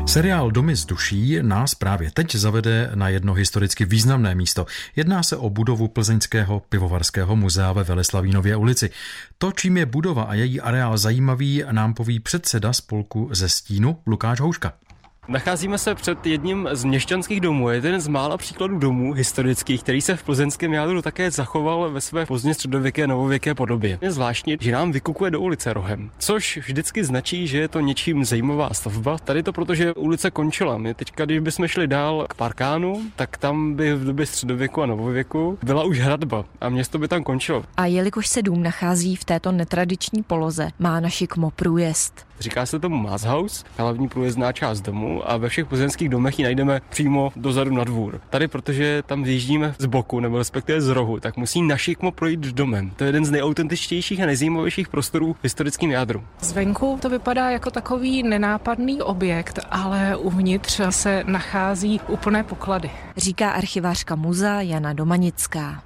Seriál Domy z duší nás právě teď zavede na jedno historicky významné místo. Jedná se o budovu Plzeňského pivovarského muzea ve Veleslavínově ulici. To, čím je budova a její areál zajímavý, nám poví předseda spolku Ze stínu Lukáš Houška. Nacházíme se před jedním z měšťanských domů. Je jeden z mála příkladů domů historických, který se v plzeňském jádru také zachoval ve své pozdně středověké novověké podobě. Je zvláštní, že nám vykukuje do ulice rohem, což vždycky značí, že je to něčím zajímavá stavba. Tady to protože ulice končila. My teďka, když bychom šli dál k Parkánu, tak tam by v době středověku a novověku byla už hradba a město by tam končilo. A jelikož se dům nachází v této netradiční poloze, má na šikmo průjezd. Říká se tomu Mázhaus, hlavní průjezdná část domu, a ve všech plzeňských domech ji najdeme přímo dozadu na dvůr. Tady, protože tam vyjíždíme z boku nebo respektive z rohu, tak musí na šikmo projít domem. To je jeden z nejautentičtějších a nejzajímavějších prostorů v historickém jádru. Zvenku to vypadá jako takový nenápadný objekt, ale uvnitř se nachází úplné poklady. Říká archivářka muzea Jana Domanická.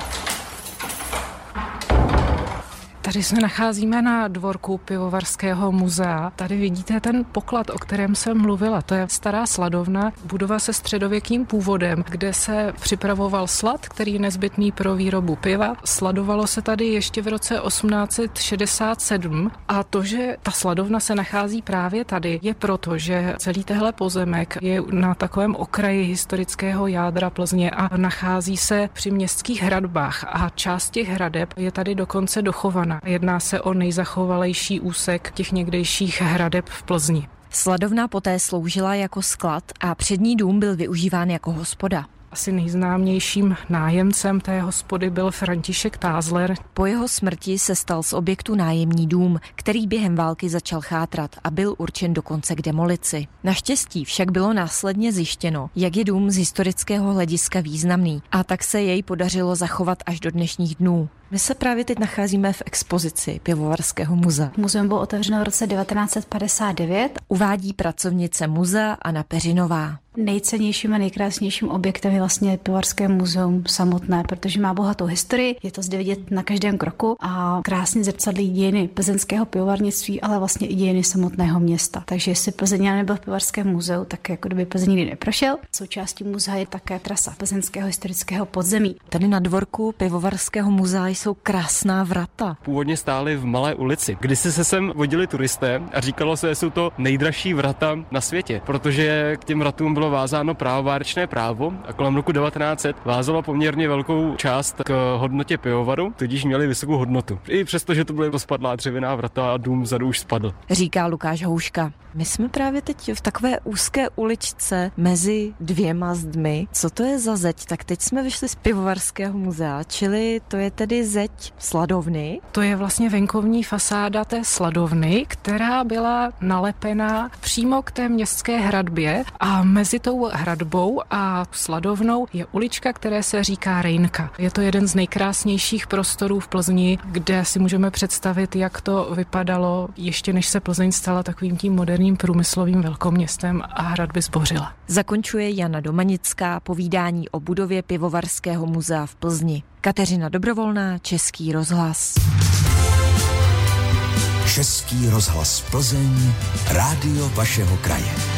Tady se nacházíme na dvorku Pivovarského muzea. Tady vidíte ten poklad, o kterém jsem mluvila. To je stará sladovna, budova se středověkým původem, kde se připravoval slad, který je nezbytný pro výrobu piva. Sladovalo se tady ještě v roce 1867 a to, že ta sladovna se nachází právě tady, je proto, že celý tehle pozemek je na takovém okraji historického jádra Plzně a nachází se při městských hradbách a část těch hradeb je tady dokonce dochovaná. Jedná se o nejzachovalejší úsek těch někdejších hradeb v Plzni. Sladovna poté sloužila jako sklad a přední dům byl využíván jako hospoda. Asi nejznámějším nájemcem té hospody byl František Tázler. Po jeho smrti se stal z objektu nájemní dům, který během války začal chátrat a byl určen dokonce k demolici. Naštěstí však bylo následně zjištěno, jak je dům z historického hlediska významný, a tak se jej podařilo zachovat až do dnešních dnů. My se právě teď nacházíme v expozici Pivovarského muzea. Muzeum bylo otevřeno v roce 1959. Uvádí pracovnice muzea Anna Peřinová. Nejcennějším a nejkrásnějším objektem je vlastně Pivovarské muzeum samotné, protože má bohatou historii, je to zde vidět na každém kroku a krásně zrcadlí dějiny plzeňského pivovarnictví, ale vlastně i dějiny samotného města. Takže jestli Plzeň nebyl v Pivovarském muzeu, tak jako kdyby Plzeň nikdy neprošel. Součástí muzea je také trasa plzeňského historického podzemí. Tady na dvorku Pivovarského muzea jsou krásná vrata. Původně stály v Malé ulici. Kdysi se sem vodili turisté a říkalo se, že jsou to nejdražší vrata na světě, protože k těm vratům bylo vázáno právovárečné právo a kolem roku 1900 vázalo poměrně velkou část k hodnotě pivovaru, tudíž měli vysokou hodnotu. I přesto, že to byly rozpadlá dřevěná vrata a dům vzadu už spadl. Říká Lukáš Houška. My jsme právě teď v takové úzké uličce mezi dvěma zdmi. Co to je za zeď? Tak teď jsme vyšli z Pivovarského muzea, čili to je tedy zeď sladovny. To je vlastně venkovní fasáda té sladovny, která byla nalepená přímo k té městské hradbě a mezi tou hradbou a sladovnou je ulička, které se říká Rejnka. Je to jeden z nejkrásnějších prostorů v Plzni, kde si můžeme představit, jak to vypadalo ještě než se Plzeň stala takovým tím moderním průmyslovým velkoměstem a hradby zbořila. Zakončuje Jana Domanická povídání o budově Pivovarského muzea v Plzni. Kateřina Dobrovolná, Český rozhlas. Český rozhlas Plzeň, rádio vašeho kraje.